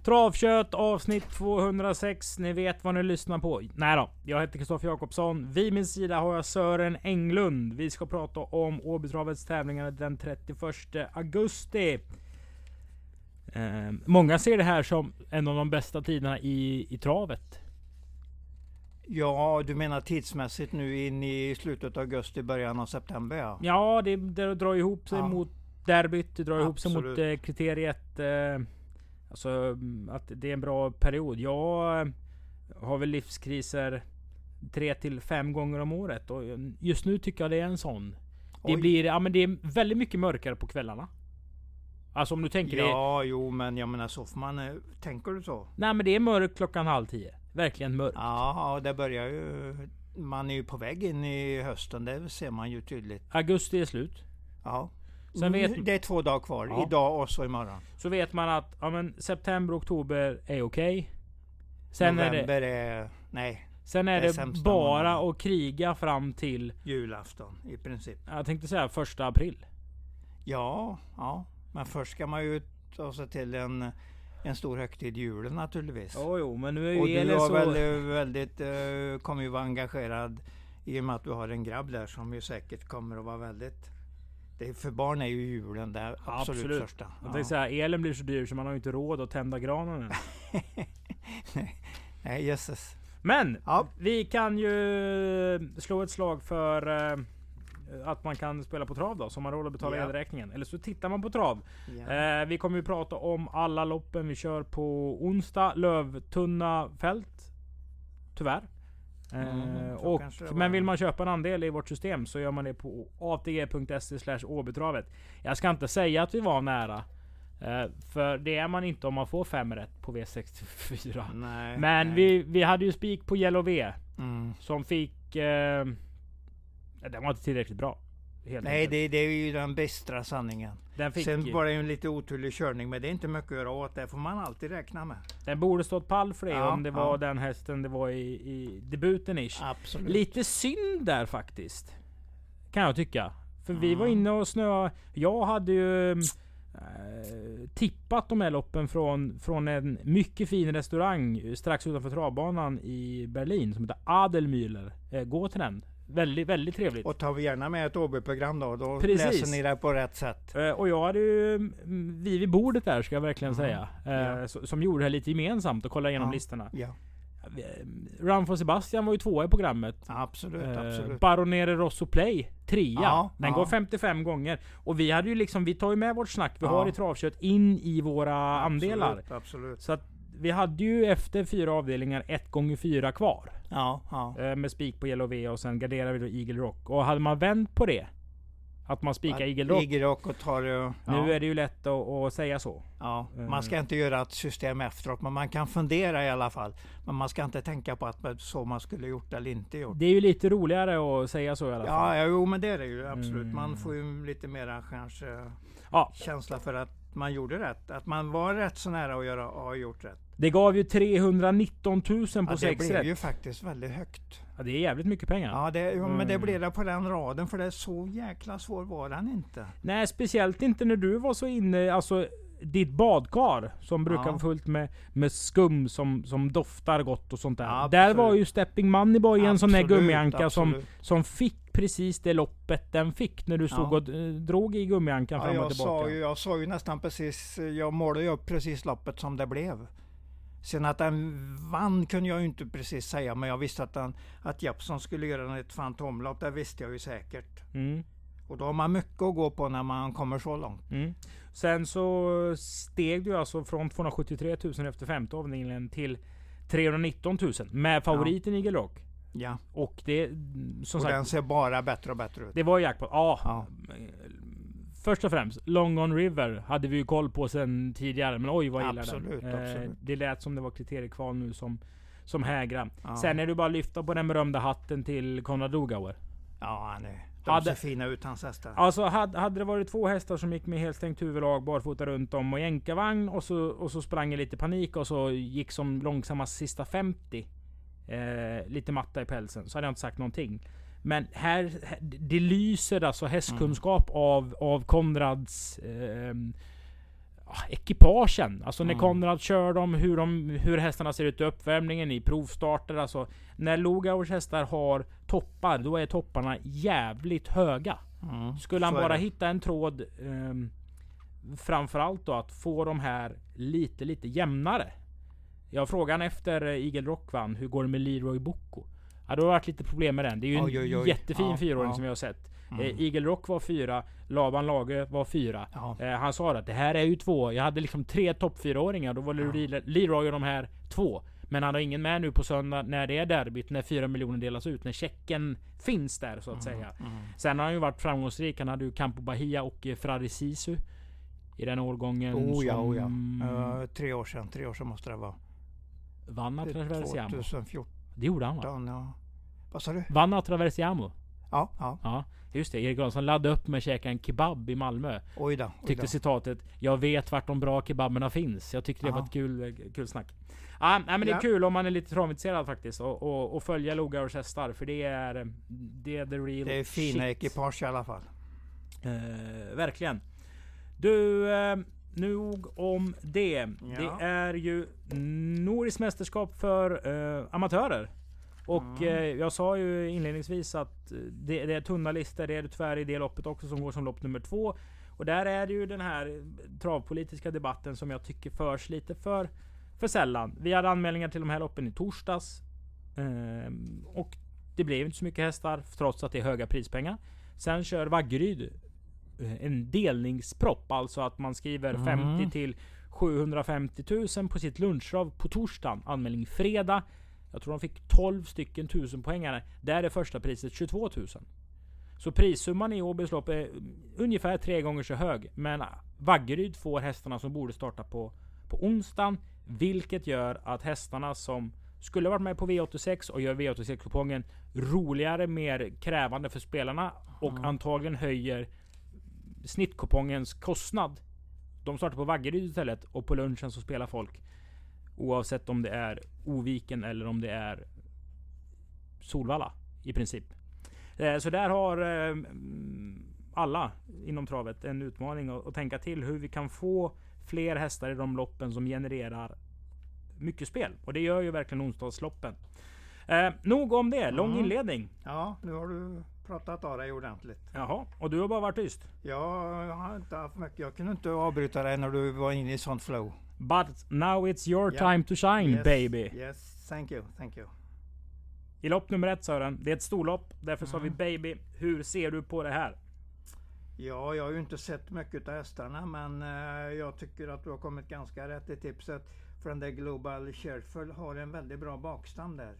Travkött avsnitt 206. Ni vet vad ni lyssnar på. Nej då, jag heter Kristoffer Jakobsson. Vid min sida har jag Sören Englund. Vi ska prata om Åbytravets tävlingar den 31 augusti. Många ser det här som en av de bästa tiderna i travet. Ja, du menar tidsmässigt nu in i slutet av augusti, början av september? Ja, Ja, det drar ihop sig mot derbyt. Det drar ihop sig mot kriteriet. Alltså att det är en bra period. Jag har väl livskriser 3 till 5 gånger om året. Och just nu tycker jag det är en sån. Det blir, ja, men det är väldigt mycket mörkare på kvällarna. Alltså om du tänker det. Ja, jo, men jag menar så får man, tänker du så? Nej, men det är mörkt klockan 9:30. Verkligen mörkt. Ja, det börjar ju. Man är ju på väg in i hösten, det ser man ju tydligt. Augusti är slut. Ja. Sen vet, det är 2 dagar kvar, idag och så imorgon. Så vet man att september, oktober är okej. Sen november är nej. Sen är det bara att kriga fram till julafton i princip. Jag tänkte säga 1 april. Ja. Men först ska man ju ta sig till en stor högtid, julen naturligtvis. Jo, men nu är ju och du har så väldigt kommer ju vara engagerad i och med att du har en grabb där som ju säkert kommer att vara väldigt. För barn är ju julen där absolut första. Jag tänkte säga, elen blir så dyr så man har ju inte råd att tända granen än. Nej, jösses. Men vi kan ju slå ett slag för att man kan spela på trav då, som man råd att betala elräkningen. Eller så tittar man på trav. Vi kommer ju prata om alla loppen vi kör på onsdag. Lövtunna fält. Tyvärr. Men vill man köpa en andel i vårt system så gör man det på atg.se/åbytravet. Jag ska inte säga att vi var nära. För det är man inte om man får 5 rätt på V64. Men vi hade ju spik på Yellow V. Som fick den var inte tillräckligt bra. Nej, det är ju den bästa sanningen. Sen var det ju en lite oturlig körning, men det är inte mycket att göra åt. Det får man alltid räkna med. Den borde stått pall för det om det var den hästen det var i debuten ish. Absolut. Lite synd där faktiskt. Kan jag tycka. För vi var inne och snöade. Jag hade ju tippat de här loppen från en mycket fin restaurang strax utanför travbanan i Berlin som heter Adelmüller. Gå till den. Väldigt, väldigt trevligt. Och tar vi gärna med ett Åby-program då läser ni det på rätt sätt. Och jag hade ju vi vid bordet där ska jag verkligen säga. Som gjorde det här lite gemensamt och kolla igenom listorna. Ja. Run for Sebastian var ju 2 i programmet. Absolut. Baronere Rosso Play 3. Den går 55 gånger. Och vi hade ju liksom, vi tar ju med vårt snack vi har i travkött in i våra andelar. Absolut. Så att vi hade ju efter 4 avdelningar 1x4 kvar. Med spik på Yellow V och sen garderar vi då Eagle Rock. Och hade man vänt på det, att man spikar Eagle Rock och tar nu är det ju lätt att säga så. Man ska inte göra ett system efteråt, men man kan fundera i alla fall. Men man ska inte tänka på att så man skulle gjort eller inte gjort. Det är ju lite roligare att säga så i alla fall. Jo, men det är det ju absolut. Man får ju lite mera kanske känsla för att man gjorde rätt. Att man var rätt så nära att ha gjort rätt. Det gav ju 319 000 på 6 rätt. Det blev ju faktiskt väldigt högt. Ja, det är jävligt mycket pengar. Men det blev det på den raden, för det är så jäkla svår var den inte. Nej, speciellt inte när du var så inne, alltså ditt badkar som brukar vara fullt med skum som doftar gott och sånt där. Absolut. Där var ju Stepping Moneyboy en sån där gummianka som fick precis det loppet den fick när du stod och drog i gummiankan fram och tillbaka. Jag sa ju nästan precis, jag målade ju upp precis loppet som det blev. Sen att den vann kunde jag ju inte precis säga, men jag visste att Jeppson skulle göra ett fantomlopp, det visste jag ju säkert. Och då har man mycket att gå på när man kommer så långt. Sen så steg du alltså från 273 000 efter 5:e avdelningen till 319 000 med favoriten Eagle Rock. Ja. Och det som sagt, den ser bara bättre och bättre ut. Det var jackpot. Först och främst, Long On River hade vi ju koll på sen tidigare, men oj vad gillar den. Absolut. Det lät som det var kriteriekval nu som hägra. Sen är det bara att lyfta på den berömda hatten till Konrad Lugauer. De ser fina ut, hans hästar. Alltså hade det varit 2 hästar som gick med helt stängt huvudlag, barfota runt om och jänkarvagn och så sprang i lite panik och så gick som långsammast sista 50 lite matta i pälsen, så hade jag inte sagt någonting. Men här det lyser alltså hästkunskap av Konrads ekipagen. Alltså när Konrad kör dem, hur hästarna ser ut i uppvärmningen, i provstarter. Alltså när Lugauers hästar har toppar, då är topparna jävligt höga. Skulle han bara hitta en tråd, framförallt då att få de här lite jämnare. Jag frågade efter Eagle Rock vann, hur går det med Leroy Bocco? Ja, det har varit lite problem med den. Det är ju en jättefin fyraåring som vi har sett. Eagle Rock var 4, Laban Lage var 4. Han sa att det här är ju 2. Jag hade liksom 3 topp 4-åringar. Då var Leroy och de här 2. Men han har ingen med nu på söndag när det är derbyt, när 4 miljoner delas ut, när checken finns där så att säga. Sen har han ju varit framgångsrik. Han hade ju Campo Bahia och Ferrari Sisu i den årgången. 3 år sedan måste det vara. Vann Attraversiamo 2014. Det gjorde han, va? Ja. Vad sa du? Vann Attraversiamo. Ja. Just det, Erik Granström laddade upp med att käka en kebab i Malmö. Oj då. Tyckte citatet: jag vet vart de bra kebaberna finns. Jag tyckte det var ett kul snack. Men det är kul om man är lite travintresserad faktiskt. Och följa Lugauers hästar. För det är the real. Det är fina ekipage i alla fall. Verkligen. Du, nog om det. Ja. Det är ju Nordiskt mästerskap för amatörer. Och jag sa ju inledningsvis att det är tunna listor. Det är tyvärr i det loppet också som går som lopp nummer 2. Och där är det ju den här travpolitiska debatten som jag tycker förs lite för sällan. Vi hade anmälningar till de här loppen i torsdags. Och det blev inte så mycket hästar trots att det är höga prispengar. Sen kör Vaggeryd en delningspropp. Alltså att man skriver 50 till 750 000 på sitt lunchtrav på torsdagen. Anmälning fredag. Jag tror de fick 12 stycken 1000 poängare. Där är första priset 22 000. Så prissumman i Åbys lopp är ungefär 3 gånger så hög. Men Vaggeryd får hästarna som borde starta på onsdagen. Vilket gör att hästarna som skulle varit med på V86 och gör V86-kupongen roligare, mer krävande för spelarna. Och antagligen höjer snittkupongens kostnad. De startar på Vaggeryd istället. Och på lunchen så spelar folk. Oavsett om det är Oviken eller om det är Solvalla i princip. Så där har alla inom travet en utmaning att tänka till hur vi kan få fler hästar i de loppen som genererar mycket spel. Och det gör ju verkligen onsdagsloppen. Nog om det. Lång inledning. Ja, nu har du pratat av dig ordentligt. Jaha, och du har bara varit tyst. Ja, jag har inte haft mycket. Jag kunde inte avbryta dig när du var inne i sånt flow. But now it's your time to shine, baby. Yes, thank you. I lopp nummer 1, Sören. Det är ett storlopp. Därför sa vi baby. Hur ser du på det här? Ja, jag har ju inte sett mycket av hästarna. Men jag tycker att du har kommit ganska rätt i tipset. För den där Global Sherful har en väldigt bra bakstam där.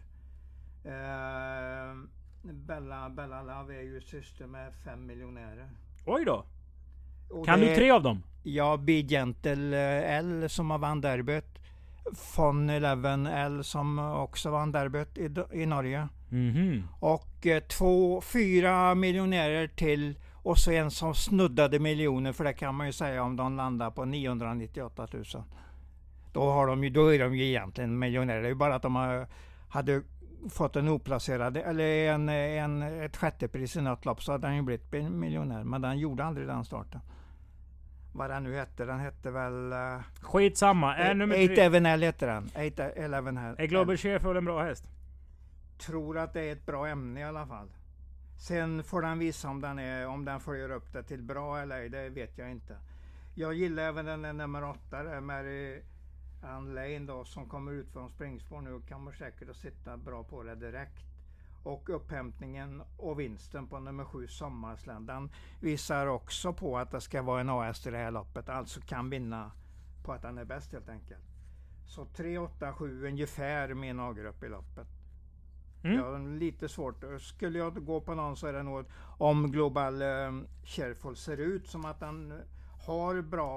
Bella Love är ju syster med 5 miljonärer. Oj då! Kan du 3 av dem? Ja, Be Gentle L som har vann derbyt. Von 11 L som också vann derbyt i Norge. Och 4 miljonärer till. Och så en som snuddade miljoner. För det kan man ju säga om de landar på 998 000. Då är de ju egentligen miljonärer. Det är ju bara att de hade fått en oplacerad eller ett sjättepris i något lopp, så hade han ju blivit miljonär. Men den gjorde aldrig den starten. Vad den nu hette, den hette väl... Skitsamma. 8-11 heter den. 8-11 här. Är Global Sherful en bra häst? Tror att det är ett bra ämne i alla fall. Sen får den visa om den följer upp det till bra eller ej, det vet jag inte. Jag gillar även den nummer 8 där med Ann Lane då, som kommer ut från springspår nu, kommer säkert att sitta bra på det direkt. Och upphämtningen och vinsten på nummer 7 Sommarsland, den visar också på att det ska vara en AS i det här loppet, alltså kan vinna på att den är bäst helt enkelt. Så 3-8-7 ungefär min A-grupp i loppet. Ja, lite svårt. Skulle jag gå på någon så är det nog om Global Sherful ser ut som att den har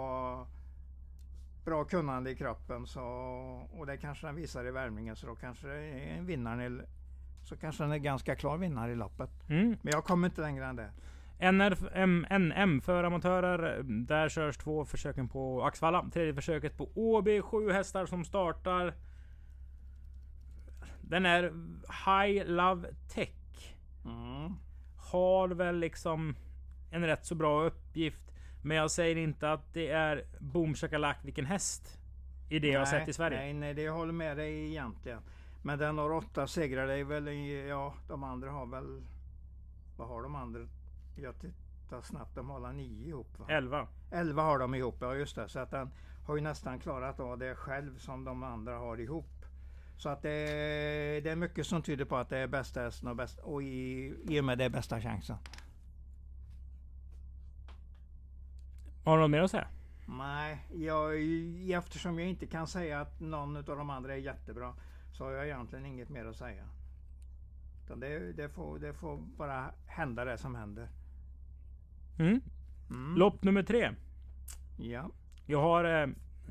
bra kunnande i kroppen, så, och det kanske den visar i värmningen, så då kanske det är en vinnare, så kanske den är ganska klar vinnare i loppet. Men jag kommer inte längre än det. NM för amatörer. Där körs 2 försöken på Axvalla. 3:e försöket på Åby. 7 hästar som startar. Den är High Love Tech. Har väl liksom en rätt så bra uppgift. Men jag säger inte att det är boom shakalak vilken häst i det jag har sett i Sverige. Nej, det håller med dig egentligen. Men den har 8 segrar. Det är väl, ja, de andra har väl... Vad har de andra? Jag tittar snabbt. De har 9 ihop, va? 11 har de ihop, ja just det. Så att den har ju nästan klarat av det själv som de andra har ihop. Så att det är mycket som tyder på att det är bästa hästen och i och med det är bästa chansen. Har du något mer att säga? Nej, eftersom jag inte kan säga att någon av de andra är jättebra så har jag egentligen inget mer att säga. Utan det får bara hända det som händer. Lopp nummer 3. Ja. Jag har det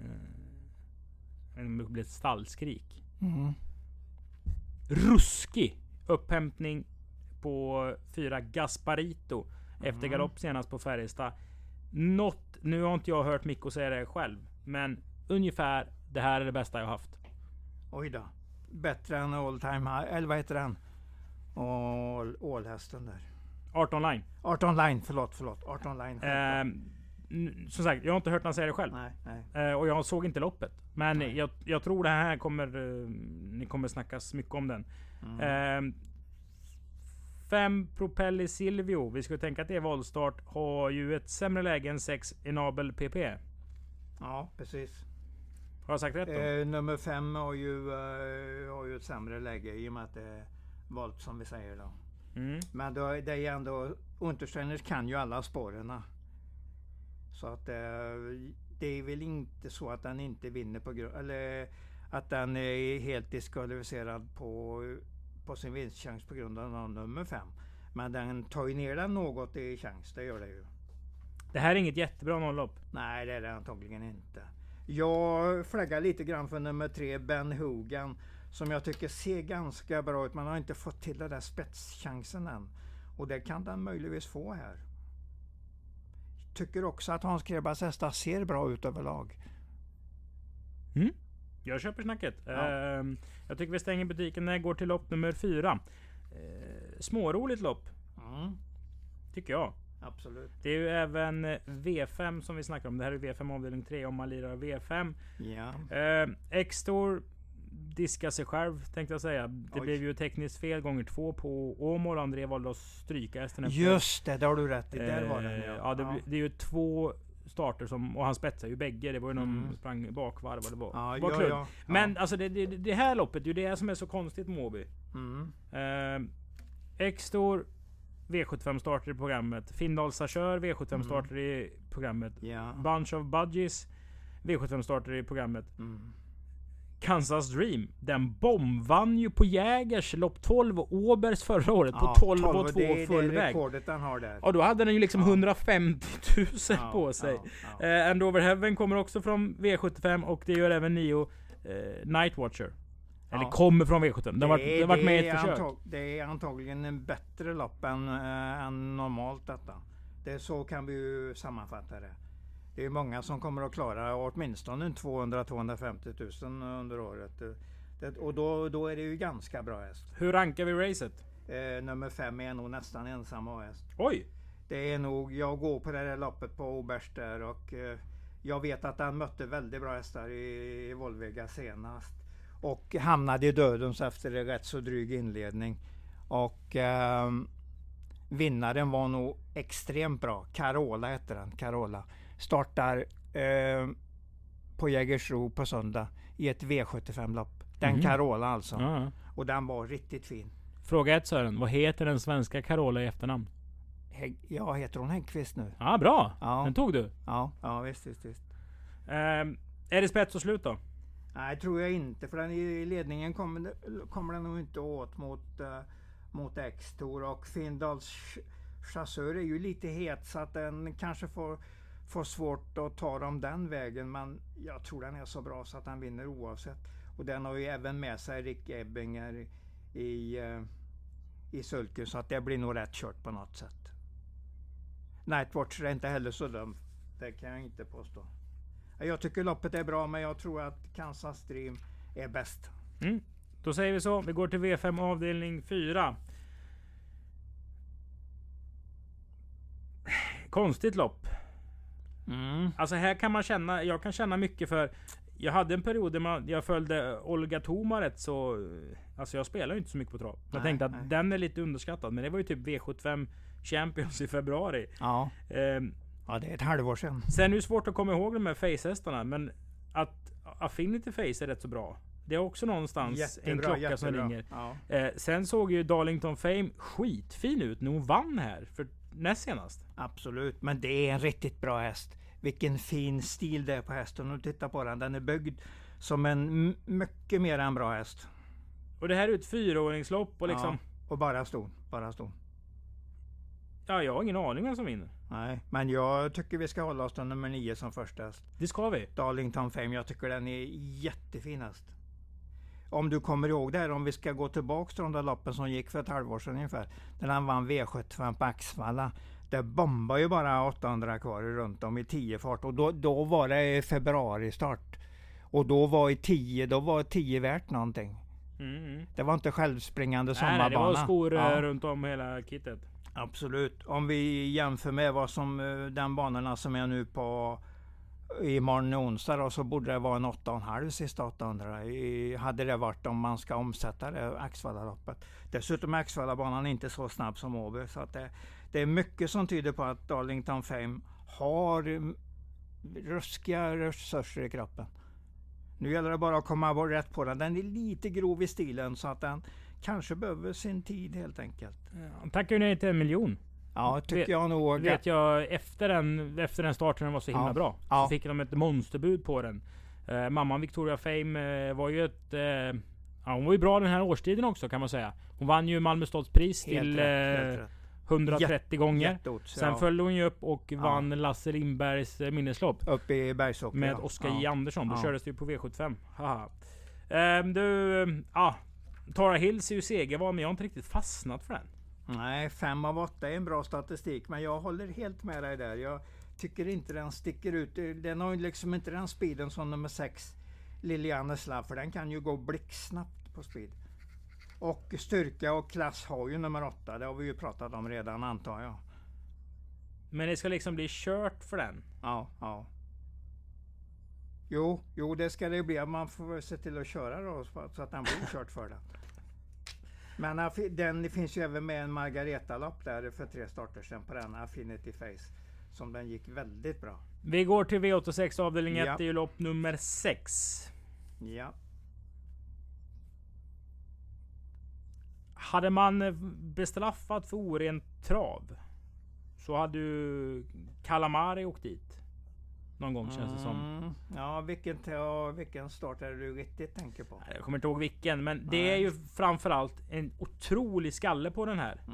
blir ett stallskrik. Ruskig upphämtning på 4 Gasparito efter galopp senast på Färjestad. Nu har inte jag hört Mikko säga det själv, men ungefär det här är det bästa jag haft. Oj då. Bättre än all time high, eller vad heter den? Ålhästen där. 18 line. 18 line, förlåt. 18 line. Som sagt, jag har inte hört han säga det själv. Nej. Och jag såg inte loppet. Men jag tror det här kommer... ni kommer snackas mycket om den. 5 Propelli Silvio. Vi skulle tänka att det är voltstart. Har ju ett sämre läge än 6 Enable PP. Ja, precis. Har jag sagt rätt då? Nummer 5 har ju ett sämre läge i och med att det är volt som vi säger då. Men det är ändå... Untersteiners kan ju alla spårerna. Så att det är väl inte så att den inte vinner på grund... Eller att den är helt diskvalificerad på sin vinstchans på grund av nummer 5. Men den tar ju ner den något i chans, det gör det ju. Det här är inget jättebra nolllopp. Nej, det är det antagligen inte. Jag flaggar lite grann för nummer 3, Ben Hogan, som jag tycker ser ganska bra ut. Man har inte fått till den där spetschansen än. Och det kan den möjligtvis få här. Tycker också att Hans Krebas hästar ser bra ut överlag. Jag köper snacket. Ja. Jag tycker vi stänger butiken när jag går till lopp nummer 4. Småroligt lopp. Tycker jag. Absolut. Det är ju även V5 som vi snackar om. Det här är V5 avdelning 3 om man lirar V5. Ja. X-Stor diskar sig själv tänkte jag säga. Det blev ju tekniskt fel gånger 2 på Åmål. André valde att stryka hästen. Just det har du rätt i. Där var den det är ju 2 starter som, och han spetsar ju bägge. Det var ju någon sprang bakvarv vad det var. Ja. Men alltså det här loppet, det är ju det som är så konstigt med Åby. X-Stor V75 starter i programmet. Findalsa kör V75 starter i programmet. Bunch of Budgies V75 starter i programmet. Kansas Dream, den bombvann ju på Jägers lopp 12 och Åbergs förra året på 12 och 2 full väg. Rekordet den har där. Och då hade den ju liksom 150 000 på sig. And Over Heaven kommer också från V75 och det gör även Nio Nightwatcher. Eller kommer från V75. Den har varit med i ett försök. Det är antagligen en bättre lopp än normalt detta. Så kan vi ju sammanfatta det. Det är många som kommer att klara åtminstone 200-250 000 under året. Och då är det ju ganska bra häst. Hur rankar vi racet? Nummer 5 är nog nästan ensam häst. Oj! Det är nog, jag går på det där loppet på Åbergs där och jag vet att han mötte väldigt bra hästar i Volvega senast. Och hamnade i dödens efter en rätt så dryg inledning. Och vinnaren var nog extremt bra. Carola heter den. Carola. Startar på Jägersro på söndag i ett V75-lopp. Den Carola alltså. Och den var riktigt fin. Fråga 1 Sören. Vad heter den svenska Carola i efternamn? Heter hon Häggqvist nu? Ja, bra. Den tog du. Ja, visst. Är det spets och slut då? Nej, tror jag inte. För den i ledningen kommer den nog inte åt mot X-Stor. Och Findals chassör är ju lite het så att den kanske får svårt att ta dem den vägen. Men jag tror den är så bra så att den vinner oavsett. Och den har ju även med sig Rick Ebbinger i sulken så att det blir nog rätt kört på något sätt. Nightwatch är inte heller så dumt. Det kan jag inte påstå. Jag tycker loppet är bra men jag tror att Kansas Dream är bäst. Då säger vi så. Vi går till V5 avdelning 4. Konstigt lopp. Alltså här kan man känna, jag kan känna mycket för jag hade en period där jag följde Olga Tomaret så... Alltså jag spelar ju inte så mycket på trav. Jag tänkte att den är lite underskattad. Men det var ju typ V75 Champions i februari. Ja. Ja, det är ett halvår sedan. Sen är det svårt att komma ihåg de här face-hästarna. Men att Affinity Face är rätt så bra. Det är också någonstans jättebra, en klocka som ringer. Ja. Sen såg ju Darlington Fame skitfin ut när hon vann här för näst senast. Absolut, men det är en riktigt bra häst. Vilken fin stil det är på hästen. Och titta på den. Den är byggd som en mycket mer än bra häst. Och det här är ett 4-åringslopp och liksom... Ja, och bara ston. Ja, jag har ingen aning vem som vinner. Nej, men jag tycker vi ska hålla oss till nummer 9 som första häst. Det ska vi. Darlington Fame, jag tycker den är jättefinast. Om du kommer ihåg det här, om vi ska gå tillbaka till de där loppen som gick för ett halvår sedan ungefär. När han vann V75 på Axvalla. Det bombar ju bara 800 kvar runt om i 10 fart. Och då var det februari start. Och då var 10 värt någonting. Det var inte självspringande sommarbana. Nej, det var skor runt om hela kittet. Absolut. Om vi jämför med vad som den banorna som är nu på imorgon onsdag då, så borde det vara en 8,5 sista 800. Hade det varit om man ska omsätta det Axvalla-loppet. Dessutom är Axvalla-banan inte så snabb som Åby. Så att det är mycket som tyder på att Darlington Fame har ruskiga resurser i kroppen. Nu gäller det bara att komma rätt på den. Den är lite grov i stilen så att den kanske behöver sin tid helt enkelt. Ja, tackar ju nej till 1 miljon. Ja, tycker jag nog. Vet jag efter den starten var så himla bra. Så fick de ett monsterbud på den. Mamman Victoria Fame var ju hon var ju bra den här årstiden också kan man säga. Hon vann ju Malmö Stadspris till 130 gånger. Sen följde hon ju upp och vann Lasse Lindbergs minneslopp. Uppe i Bergsåker. Med Oskar J. Andersson. Då kördes det ju på V75. Haha. Tara Hills är ju segervan, men jag har inte riktigt fastnat för den. Nej, 5 av 8 är en bra statistik. Men jag håller helt med dig där. Jag tycker inte den sticker ut. Den har ju liksom inte den speeden som nummer 6 Liliane Slav. För den kan ju gå blixtsnabbt på speed. Och styrka och klass har ju nummer 8. Det har vi ju pratat om redan antar jag. Men det ska liksom bli kört för den? Ja. Jo, det ska det bli. Man får se till att köra då så att den blir kört för den. Men det finns ju även med en Margareta-lopp där för 3 starter sedan på den Affinity Face. Som den gick väldigt bra. Vi går till V86 avdelning 1 i lopp nummer 6. Ja. Hade man bestraffat för orent trav så hade ju Calamari åkt dit. Någon gång känns det som. Ja, vilken start är det du riktigt tänker på? Jag kommer inte ihåg vilken, men det är ju framförallt en otrolig skalle på den här.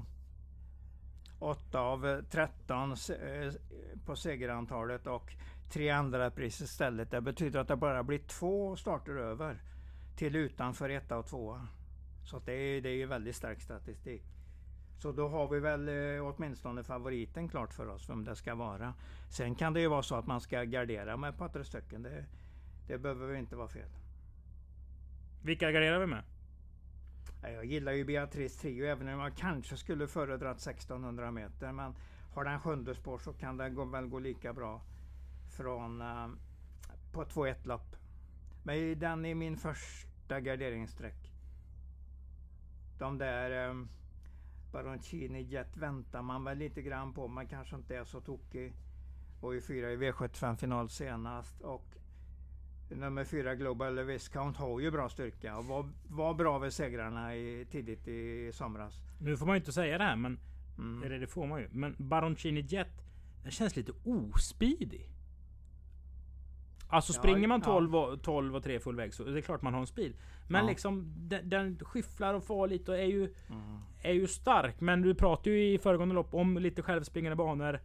8 av 13 på segerantalet och 3 andra pris istället. Det betyder att det bara blir 2 starter över till utanför 1 och 2. Så det är ju väldigt stark statistik. Så då har vi väl åtminstone favoriten klart för oss vem det ska vara. Sen kan det ju vara så att man ska gardera med ett par 3 stycken. Det behöver ju inte vara fel. Vilka garderar vi med? Jag gillar ju Beatrice Trio även om jag kanske skulle föredratt 1600 meter. Men har den 7:e spår så kan det väl gå lika bra från på 2-1 lopp. Men den är min första garderingssträck. De där Baroncini Jet väntar man väl lite grann på. Man kanske inte är så tokig. Var ju 4 i V75 final senast. Och nummer 4 Global Viscount har ju bra styrka. Och var bra vid segrarna tidigt i somras. Nu får man ju inte säga det här. Men det får man ju. Men Baroncini Jet, den känns lite ospidig. Alltså springer man 12 och 3 full väg så det är klart man har en speed. Men liksom den skyfflar och far lite och är ju stark. Men du pratade ju i föregående lopp om lite självspringande banor.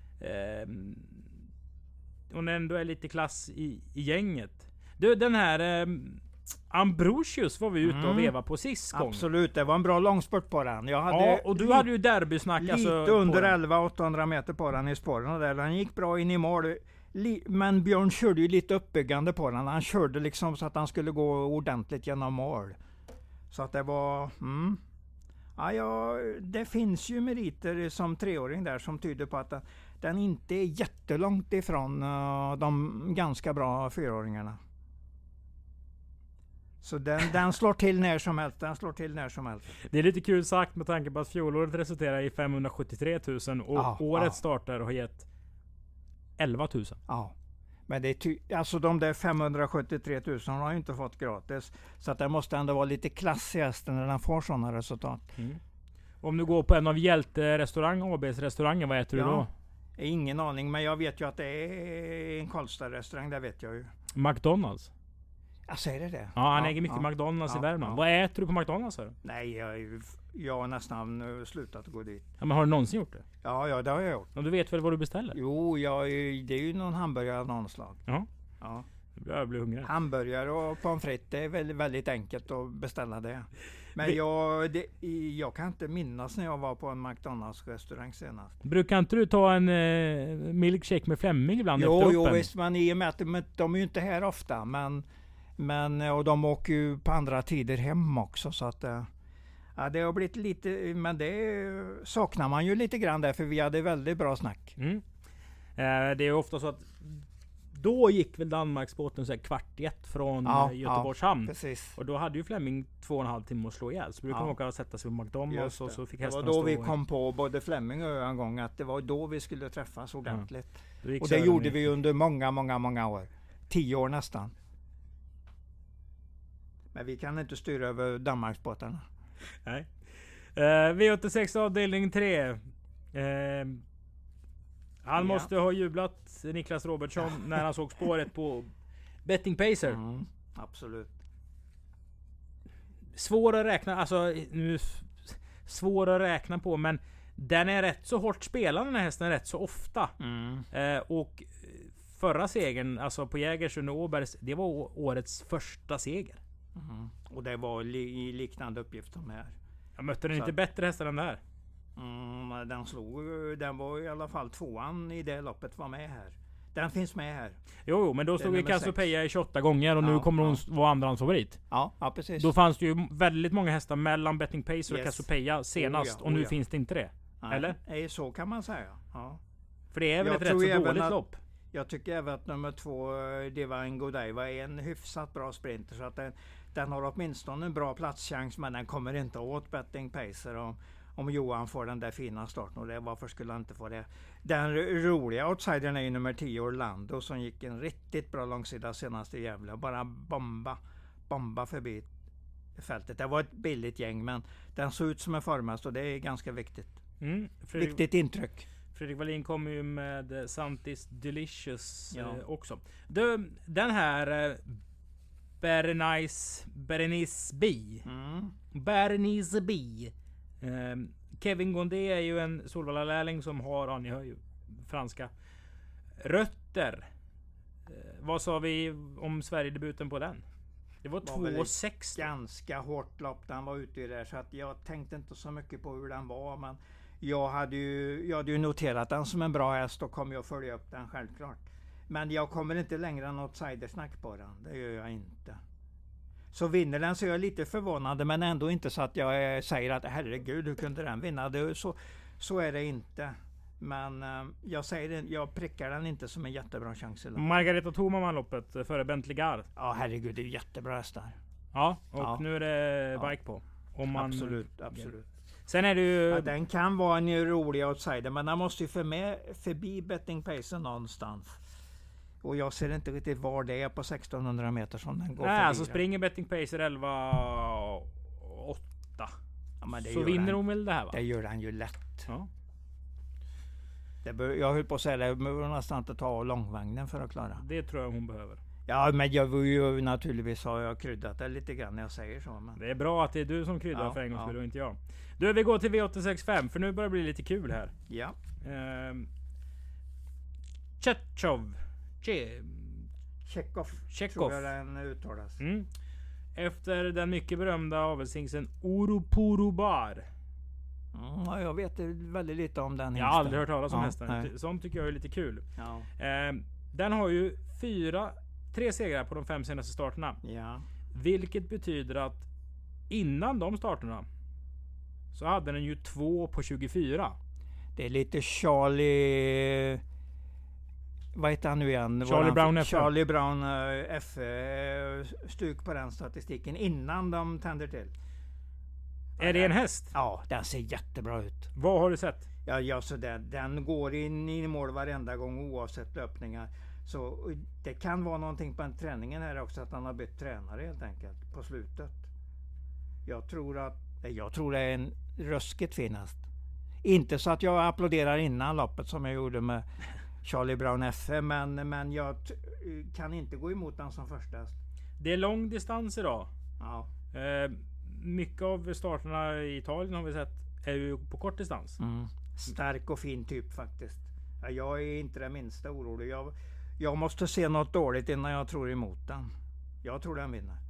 Och den ändå är lite klass i gänget. Du, den här Ambrosius var vi ute och veva på sist gång. Absolut, det var en bra långspurt på den. Och du hade ju derbysnack. Lite alltså, under 11-800 meter på den i spåren där. Den gick bra in i mål. Men Björn körde ju lite uppbyggande på den. Han körde liksom så att han skulle gå ordentligt genom mål. Så att det var... det finns ju meriter som 3-åring där som tyder på att den inte är jättelångt ifrån de ganska bra 4-åringarna. Så den slår till när som helst. Det är lite kul sagt med tanke på att fjolåret resulterar i 573 000 och årets starter har gett 11 000. Ja. Men det är alltså de där 573 000 har ju inte fått gratis. Så att det måste ändå vara lite klass i hästen när den får sådana resultat. Om du går på en av Hjälte-restaurang, ABs restauranger, vad äter du då? Ingen aning, men jag vet ju att det är en Karlstad-restaurang, det vet jag ju. McDonalds? Alltså är det? Ja, han äger mycket McDonalds i Värmland. Vad äter du på McDonalds här? Nej, jag har nästan slutat gå dit. Ja, men har du någonsin gjort det? Ja, det har jag gjort. Och du vet väl vad du beställer? Jo, det är ju någon hamburgare av någon slag. Ja. Jag blir hungrig. Hamburgare och pommes frites, det är väldigt, väldigt enkelt att beställa det. Men jag kan inte minnas när jag var på en McDonalds-restaurang senast. Brukar inte du ta en milkshake med Flemming ibland efter öppen? Jo visst, men i och med att de är ju inte här ofta. Men och de åker ju på andra tider hem också. Så att det har blivit lite, men det saknar man ju lite grann där, för vi hade väldigt bra snack. Det är ofta så att då gick väl Danmarksbåten så här 12:15 från Göteborgs hamn. Precis. Och då hade ju Flemming 2,5 timmar att slå ihjäl. Så brukade de åka och sätta sig på McDonalds och så fick hästarna stå. Det var då vi kom på, både Flemming och jag en gång, att det var då vi skulle träffas ordentligt. Och det gjorde vi under många år. 10 år nästan. Men vi kan inte styra över Danmarksbåtarna. Nej. V86 avdelning 3. Han måste ha jublat, Niklas Robertsson, när han såg spåret på Betting Pacer. Absolut. Svår att räkna på, men den är rätt så hårt spelad, den här hästen, rätt så ofta. Och förra segern, alltså på Jägers under Åbergs, det var årets första seger. Och det var i liknande uppgift som här. Jag mötte den inte bättre hästar än det här. Den var i alla fall 2an i det loppet, var med här. Den finns med här. Jo, men då stod ju Cassiopeia i 28 gånger och nu kommer hon vara andrahandsfavorit. Ja, precis. Då fanns det ju väldigt många hästar mellan Betting Pacer och Cassiopeia senast, och nu finns det inte det. Eller? Nej, så kan man säga. Ja. För det är väl ett rätt så dåligt lopp. Jag tycker även att nummer 2, Divine Godiva, är en hyfsat bra sprinter, så att den har åtminstone en bra platschans, men den kommer inte åt Betting Pacer om Johan får den där fina starten, och varför skulle han inte få det? Den roliga outsidern är ju nummer 10, Orlando, som gick en riktigt bra långsida senast i Gävle. Bara bomba förbi fältet. Det var ett billigt gäng, men den såg ut som en formhäst, och det är ganska viktigt. Viktigt intryck. Fredrik Wallin kommer ju med Santis Delicious också. Den här Berenice B. Kevin Gondé är ju en Solvalla-lärling som har, ni hör ju, franska rötter. Vad sa vi om Sverigedebuten på den? Det var 2,6. Ganska hårt lopp den var ute i där, så att jag tänkte inte så mycket på hur den var, men jag hade ju noterat den som en bra häst och kommer jag följa upp den självklart. Men jag kommer inte längre än något sidersnack på den. Det gör jag inte. Så vinner den så är jag lite förvånad, men ändå inte så att jag säger att herregud, hur kunde den vinna? Så är det inte. Men jag prickar den inte som en jättebra chans. Margareta Thoma vann loppet före Bentley Gard. Ja, herregud, det är jättebra hästar. Ja, och nu är det bike på. Absolut. Sen är det ju... Ja, den kan vara en rolig outsider, men den måste ju förbi Betting Pacer någonstans. Och jag ser inte riktigt var det är på 1600 meter som den går förbi. Alltså springer Betting Pacer 11,8. Ja, så vinner hon väl det här, va? Det gör han ju lätt. Ja. Jag höll på att säga det, jag behöver nästan inte ta långvagnen för att klara. Det tror jag hon behöver. Ja, men jag vill ju naturligtvis ha kryddat det lite grann när jag säger så. Men... Det är bra att det är du som kryddar för en gångs skull och inte jag. Vi går till V865, för nu börjar det bli lite kul här. Ja. Tjechov tror jag den uttalas. Efter den mycket berömda avelshingsten Orupurubar. Ja, jag vet väldigt lite om den hingsten. Jag har aldrig hört talas om hästen. Sånt tycker jag är lite kul. Ja. Den har ju 3 segrar på de 5 senaste starterna. Ja. Vilket betyder att innan de starterna så hade den ju 2 på 24. Det är lite Charlie... Vad heter han nu igen? Charlie Brown F stuk på den statistiken innan de tänder till. Är det en häst? Ja, den ser jättebra ut. Vad har du sett? Ja, så den går in i mål varenda gång oavsett löpningar. Så det kan vara någonting på träningen här också, att han har bytt tränare helt enkelt på slutet. Jag tror det är en ruskigt finast. Inte så att jag applåderar innan loppet som jag gjorde med Charlie Brown F, men jag kan inte gå emot den som första. Det är lång distans idag. Ja. Mycket av starterna i Italien har vi sett är ju på kort distans. Stark och fin typ faktiskt. Ja, jag är inte det minsta orolig. Jag måste se något dåligt innan jag tror emot den. Jag tror den vinner.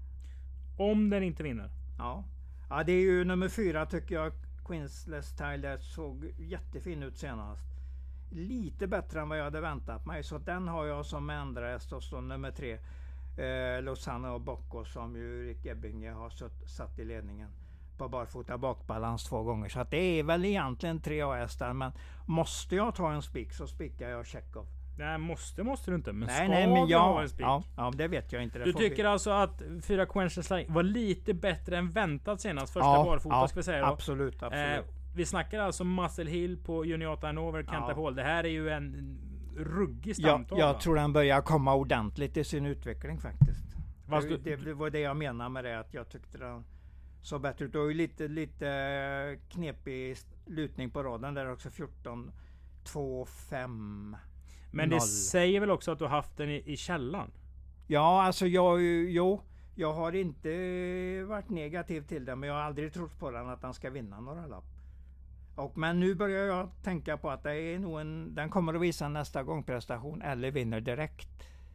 Om den inte vinner? Ja, det är ju nummer 4 tycker jag. Queensless Style, det såg jättefin ut senast. Lite bättre än vad jag hade väntat mig. Så den har jag som andra häst. Och så nummer 3 Lausanne och Bocco, som ju Rick Ebbinge har satt i ledningen på barfota bakbalans 2 gånger. Så att det är väl egentligen 3 A-hästar. Men måste jag ta en spik så spikar jag Chekhov. Nej, måste du inte. Men men jag ha en spik? Ja, det vet jag inte. Du tycker alltså att 4 Quenches var lite bättre än väntat senast? Första barfota ska vi säga då. Absolut. Vi snackar alltså Muscle Hill på Juniata Hanover, Cantapol. Det här är ju en ruggig stamtavla. Jag tror den börjar komma ordentligt i sin utveckling faktiskt. Det var det jag menade med det, att jag tyckte den så bättre ut. Det var ju lite knepig lutning på raden där också. 14, 2, 5. Men 0. Det säger väl också att du har haft den i källan? Ja, alltså jag har inte varit negativ till den, men jag har aldrig trott på den att den ska vinna några lapp. Men nu börjar jag tänka på att det är nog den kommer att visa nästa gång prestation eller vinner direkt.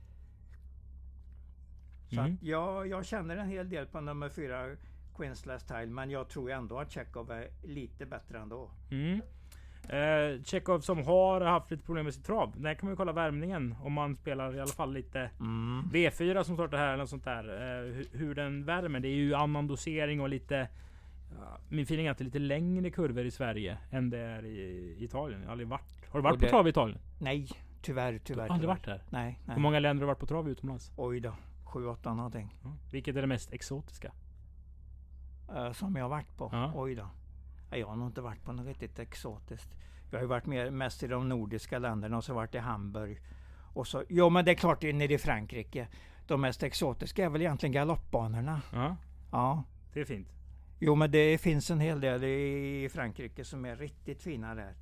Så att jag känner en hel del på nummer 4 Queensless Style, men jag tror ändå att Chekhov är lite bättre ändå. Chekhov som har haft lite problem med sitt trav. Där kan man ju kolla värmningen om man spelar i alla fall lite V4 som startar här eller sånt där. Hur den värmer. Det är ju annan dosering och lite... min feeling är att det är lite längre kurvor i Sverige än det är i Italien. Jag har aldrig varit. Har du varit på trav i Italien? Nej, tyvärr. Du har aldrig varit där? Nej. Hur många länder har du varit på trav utomlands? Oj då, 7-8 någonting. Vilket är det mest exotiska? Som jag har varit på? Ja. Oj då. Jag har nog inte varit på något riktigt exotiskt. Jag har ju varit mest i de nordiska länderna och så varit i Hamburg. Och så, men det är klart nere i Frankrike. De mest exotiska är väl egentligen galoppbanorna. Ja. Det är fint. Jo, men det finns en hel del i Frankrike som är riktigt fina där.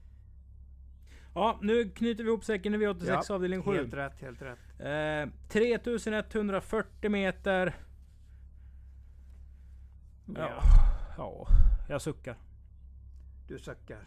Ja, nu knyter vi ihop säcken i V86 avdelning 7. Helt rätt. 3140 meter. Ja, jag suckar. Du suckar.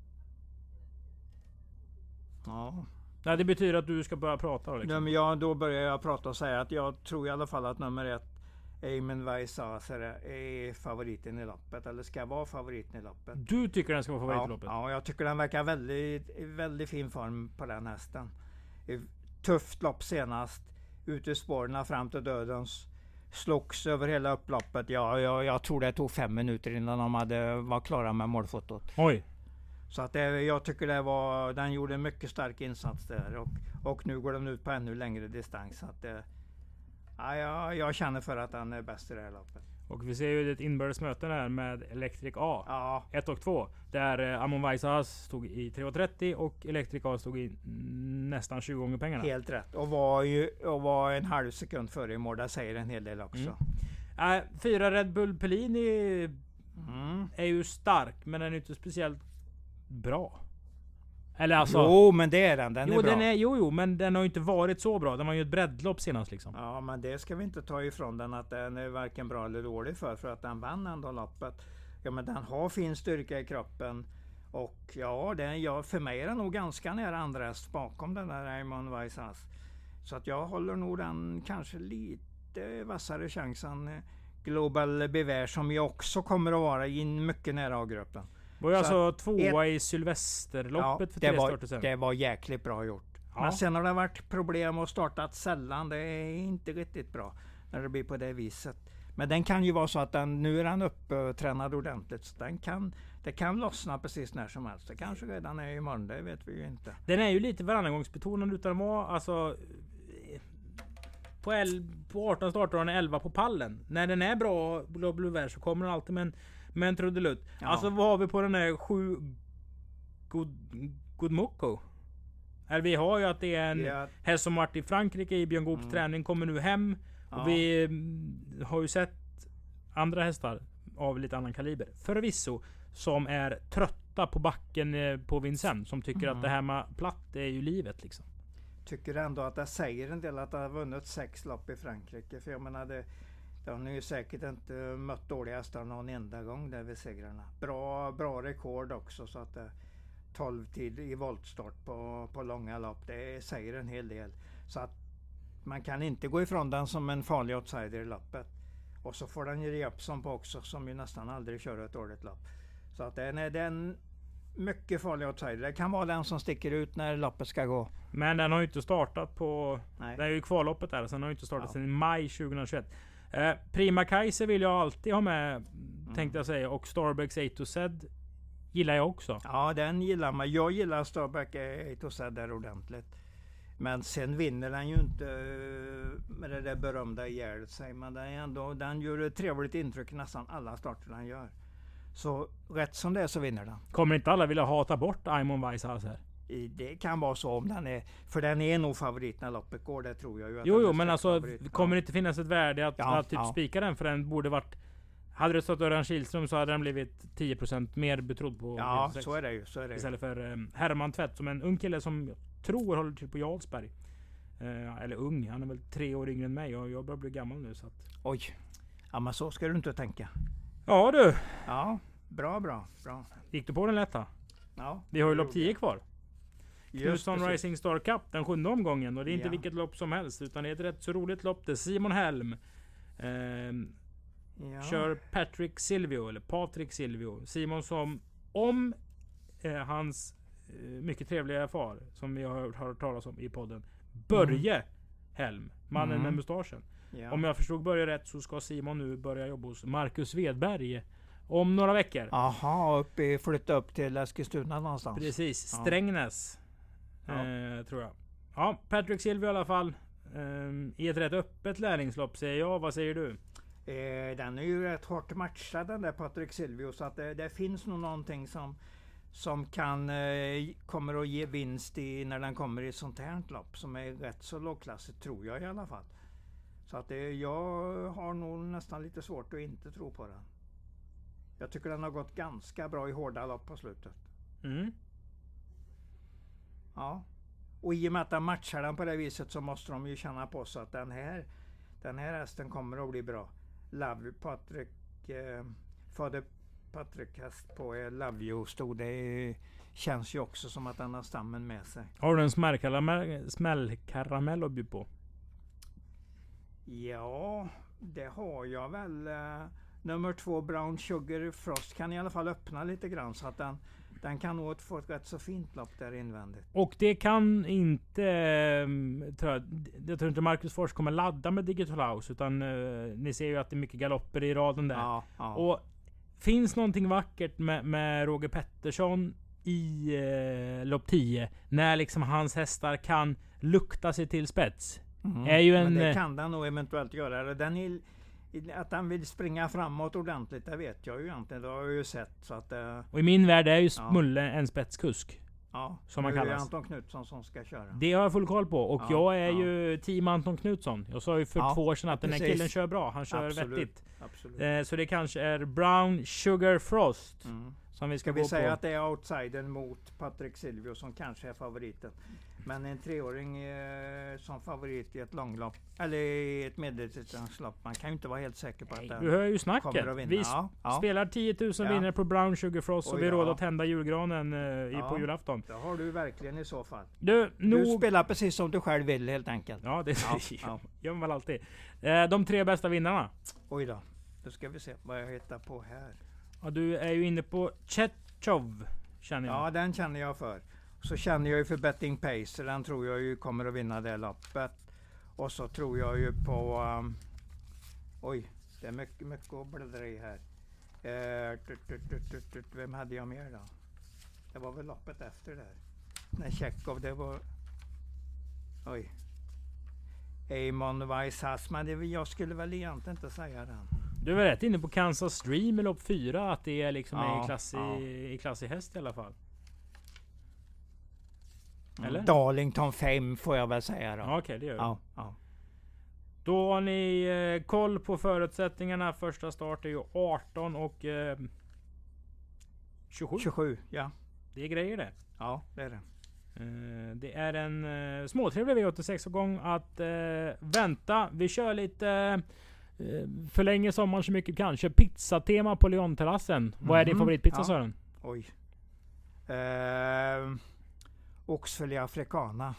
Ja. Nej, det betyder att du ska börja prata liksom. Men då börjar jag prata och säga att jag tror i alla fall att nummer 1 Eamon Vaisas är favoriten i loppet, eller ska vara favoriten i loppet. Du tycker den ska vara favorit i loppet? Ja, jag tycker den verkar väldigt fin form på den hästen. Tufft lopp senast. Ute i spåren fram till dödens. Slogs över hela upploppet. Jag tror det tog 5 minuter innan de var klara med målfotot. Oj! Så att jag tycker den gjorde en mycket stark insats där. Och nu går den ut på ännu längre distans. Så att jag känner för att den är bäst i det här loppet. Och vi ser ju ett inbördes möte där med Electric A. Ja. 1 och 2. Där Amon Vaisas stod i 3,30 och Electric A stod i nästan 20 gånger pengarna. Helt rätt. Och var en halv sekund före i mål. Det säger en hel del också. 4 Red Bull Pellini är ju stark, men den är inte speciellt bra. Eller alltså, jo, men det är den. Den är bra. Men den har ju inte varit så bra. Den var ju ett breddlopp senast liksom. Ja, men det ska vi inte ta ifrån den, att den är varken bra eller dålig för att den vann ändå loppet. Ja, men den har fin styrka i kroppen. Och för mig är den nog ganska nära andra häst bakom den där Eamon Vaisas. Så att jag håller nog den kanske lite vassare chansen. Global Bevär, som ju också kommer att vara in mycket nära A-gruppen. Var ju alltså 2 i Sylvesterloppet för 3 starter sen. Det var jäkligt bra gjort. Ja. Men sen har det varit problem och startat sällan. Det är inte riktigt bra när det blir på det viset. Men den kan ju vara så att nu är den upptränad ordentligt. Så det kan lossna precis när som helst. Det kanske redan är imorgon, det vet vi ju inte. Den är ju lite varannagångsbetonad utan att vara alltså... På 18 startar den 11 på pallen. När den är bra Blue Vär så kommer den alltid med en trudelutt. Ja. Alltså vad har vi på den här 7 Godmoko? Vi har ju att det är en häst som varit i Frankrike i Björn Goops träning, kommer nu hem. Och vi har ju sett andra hästar av lite annan kaliber, förvisso, som är trötta på backen på Vincennes, som tycker att det här med platt är ju livet liksom. Tycker ändå att det säger en del att han har vunnit 6 lopp i Frankrike. För jag menar, det har ju säkert inte mött dåliga hästar någon enda gång där vid segrarna. Bra rekord också, så att 12 tid i voltstart på långa lopp, det säger en hel del. Så att man kan inte gå ifrån den som en farlig outsider i loppet. Och så får den ju Jeppson på också, som ju nästan aldrig kör ett dåligt lopp. Så att den är en mycket farlig outsider. Det kan vara den som sticker ut när loppet ska gå. Men den har ju inte startat på... Nej. Den är ju kvalloppet där, så den har ju inte startat sedan i maj 2021. Prima Kaiser vill jag alltid ha med, tänkte jag säga. Och Starbucks A to Z gillar jag också. Ja, den gillar man. Jag gillar Starbucks A to Z där ordentligt. Men sen vinner den ju inte med det där berömda ihjäl sig. Men den gör ett trevligt intryck i nästan alla starter den gör. Så rätt som det är så vinner den. Kommer inte alla vilja hata bort Aimon Weisshaus här? Det kan vara så om den är... För den är nog favorit när loppet går, det tror jag ju. Jo, men alltså kommer det inte finnas ett värde att typ spika den? För den borde varit... Hade det stått Örjan Kihlström så hade den blivit 10% mer betrodd på... Ja, så är det ju. Istället för Herman Tvätt, som en ung kille som jag tror håller till på Jarlsberg. Eller ung, han är väl 3 år yngre än mig och jag börjar bli gammal nu så att... Oj, ja men så ska du inte tänka. Ja du! Ja, bra. Gick du på den lätta? Ja. Vi har ju lopp 10 kvar. Houston Rising Star Cup, den 7:e omgången. Och det är inte vilket lopp som helst, utan det är ett rätt så roligt lopp. Det är Simon Helm. Kör Patrik Silvio. Simon som, om hans mycket trevliga far, som vi har hört talas om i podden, Börje Helm, mannen med mustaschen. Ja. Om jag förstod Börje rätt så ska Simon nu börja jobba hos Marcus Svedberg om några veckor. Aha, flytta upp till Eskilstuna någonstans. Precis, Strängnäs. Tror jag. Ja, Patrik Silvio i alla fall. I ett rätt öppet lärlingslopp säger jag. Vad säger du? Den är ju rätt hårt matchad den där Patrik Silvio, så att det finns nog någonting som kommer att ge vinst när den kommer i sånt här lopp som är rätt så lågklassigt, tror jag i alla fall. Så att jag har nog nästan lite svårt att inte tro på den. Jag tycker den har gått ganska bra i hårda lopp på slutet. Ja. Och i och med att den matchar den på det viset så måste de ju känna på sig att den här hästen kommer att bli bra. Fader Patrik häst på Love You stod det. Känns ju också som att den har stammen med sig. Har du en smällkaramell att bjuda på? Ja, det har jag väl. Nummer 2 Brown Sugar Frost kan i alla fall öppna lite grann, så att den kan nog få ett rätt så fint lopp där invändigt. Och det kan inte... jag tror inte Marcus Fors kommer ladda med Digital House, utan ni ser ju att det är mycket galopper i raden där. Ja. Och finns någonting vackert med Roger Pettersson i lopp 10, när liksom hans hästar kan lukta sig till spets. Är ju men det kan den nog eventuellt göra. Att han vill springa framåt ordentligt, det vet jag ju egentligen. Det har jag ju sett. Så att, och i min värld är ju Smulle en spetskusk. Ja, som man kallas. Det är Anton Knutsson som ska köra. Det har jag full koll på. Och jag är ju team Anton Knutsson. Jag sa ju för 2 år sedan att den här killen kör bra. Han kör vettigt. Absolut. Så det kanske är Brown Sugar Frost. Som vi ska gå säga på. Att det är outsidern mot Patrik Silvio som kanske är favoriten. Men en 3-åring som favorit i ett långlopp eller i ett medeldistanslopp, man kan ju inte vara helt säker på att den du hör ju snacket. Vi spelar 10 000 vinnare på Brown Sugar Frost, och vi råd att tända julgranen på julafton. Det har du verkligen i så fall. Du spelar precis som du själv vill helt enkelt. Ja, det gör man väl alltid. De 3 bästa vinnarna. Oj då. Då ska vi se vad jag hittar på här. Ja, du är ju inne på Chetchov, känner jag. Ja, den känner jag för. Så känner jag ju för Betting Pacer. Den tror jag ju kommer att vinna det loppet. Och så tror jag ju på... Det är mycket att bläddra i här. Vem hade jag mer då? Det var väl loppet efter där. När Tjechov, det var... Oj. Eamon Weisshaus, men jag skulle väl egentligen inte säga den. Du var rätt inne på Kansas Stream i lopp 4, att det är liksom i klass i häst i alla fall. Eller? Darlington 5 får jag väl säga då. Okej, det gör det. Ja. Då har ni koll på förutsättningarna. Första start är ju 18 och 27. Ja. Det är grejer det. Ja, det är det. Det är en småtrevlig V86-gång att vänta. Vi kör lite förlänger sommaren så mycket kanske. Pizzatema på Leonterrassen. Vad är din favoritpizza, Sören? Oj. Oxfilé africana.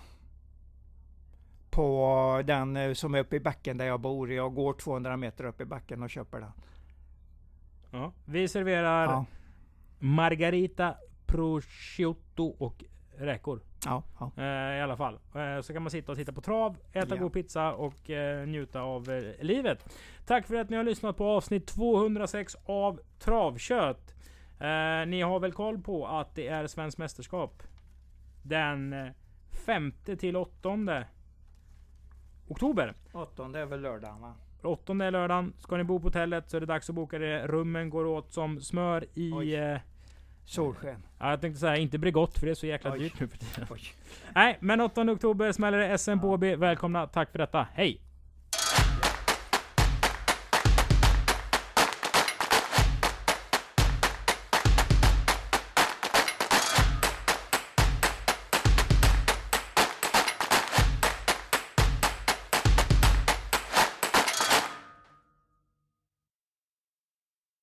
På den som är uppe i backen där jag bor. Jag går 200 meter upp i backen och köper den. Ja. Vi serverar margarita, prosciutto och räkor. Ja. I alla fall. Så kan man sitta och titta på trav, äta god pizza och njuta av livet. Tack för att ni har lyssnat på avsnitt 206 av Travkött. Ni har väl koll på att det är svensk mästerskap den 5:e till 8:e oktober. 8:e är väl lördagen, va? 8:e är lördagen. Ska ni bo på hotellet så är det dags att boka det. Rummen går åt som smör i solsken. Ja, jag tänkte säga inte Bregott för det är så jäkla dyrt nu för tiden. Nej, men 8 oktober smäller det SM på Åby. Välkomna, tack för detta. Hej!